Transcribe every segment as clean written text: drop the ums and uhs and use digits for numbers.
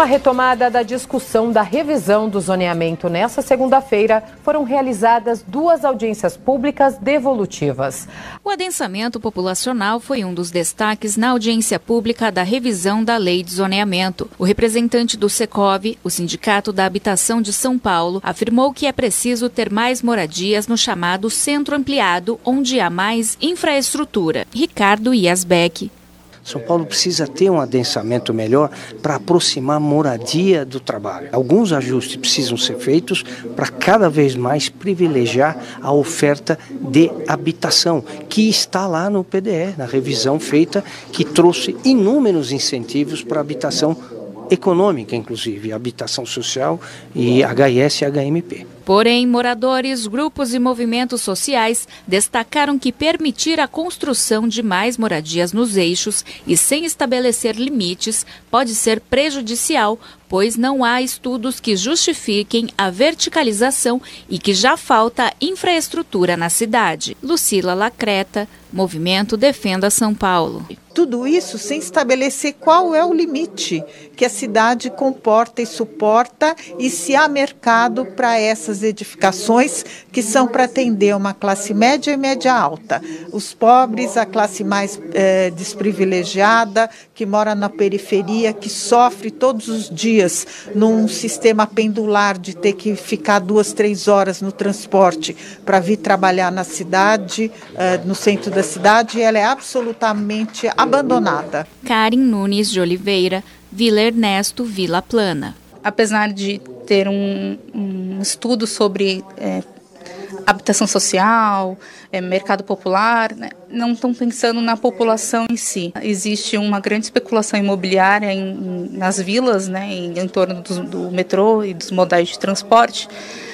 retomada da discussão da revisão do zoneamento nesta segunda-feira, foram realizadas 2 audiências públicas devolutivas. O adensamento populacional foi um dos destaques na audiência pública da revisão da Lei de Zoneamento. O representante do Secov, o Sindicato da Habitação de São Paulo, afirmou que é preciso ter mais moradias no chamado Centro Ampliado, onde há mais infraestrutura. Ricardo Iasbeck. São Paulo precisa ter um adensamento melhor para aproximar a moradia do trabalho. Alguns ajustes precisam ser feitos para cada vez mais privilegiar a oferta de habitação, que está lá no PDE, na revisão feita, que trouxe inúmeros incentivos para a habitação econômica, inclusive, habitação social e HS e HMP. Porém, moradores, grupos e movimentos sociais destacaram que permitir a construção de mais moradias nos eixos e sem estabelecer limites pode ser prejudicial, pois não há estudos que justifiquem a verticalização e que já falta infraestrutura na cidade. Lucila Lacreta, Movimento Defenda São Paulo. Tudo isso sem estabelecer qual é o limite que a cidade comporta e suporta e se há mercado para essas edificações que são para atender uma classe média e média alta. Os pobres, a classe mais desprivilegiada, que mora na periferia, que sofre todos os dias num sistema pendular de ter que ficar 2, 3 horas no transporte para vir trabalhar na cidade, no centro da cidade, e ela é absolutamente abandonada. Karen Nunes de Oliveira, Vila Ernesto, Vila Plana. Apesar de ter um estudo sobre habitação social, mercado popular, né, não estão pensando na população em si. Existe uma grande especulação imobiliária nas vilas, né, em torno do metrô e dos modais de transporte,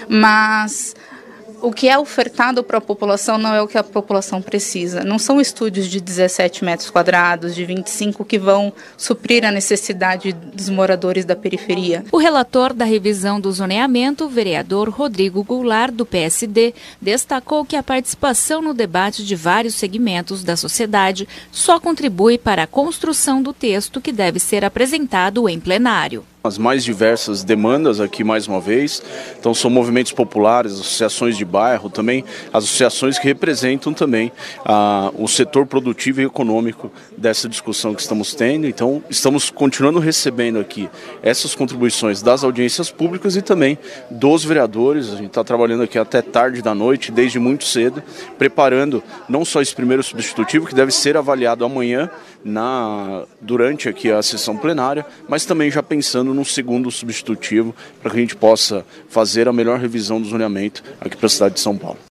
mas o que é ofertado para a população não é o que a população precisa. Não são estúdios de 17 metros quadrados, de 25, que vão suprir a necessidade dos moradores da periferia. O relator da revisão do zoneamento, o vereador Rodrigo Goulart, do PSD, destacou que a participação no debate de vários segmentos da sociedade só contribui para a construção do texto que deve ser apresentado em plenário. As mais diversas demandas aqui mais uma vez, então são movimentos populares, associações de bairro, também associações que representam também o setor produtivo e econômico dessa discussão que estamos tendo. Então estamos continuando recebendo aqui essas contribuições das audiências públicas e também dos vereadores. A gente está trabalhando aqui até tarde da noite, desde muito cedo, preparando não só esse primeiro substitutivo, que deve ser avaliado amanhã durante aqui a sessão plenária, mas também já pensando num segundo substitutivo para que a gente possa fazer a melhor revisão do zoneamento aqui para a cidade de São Paulo.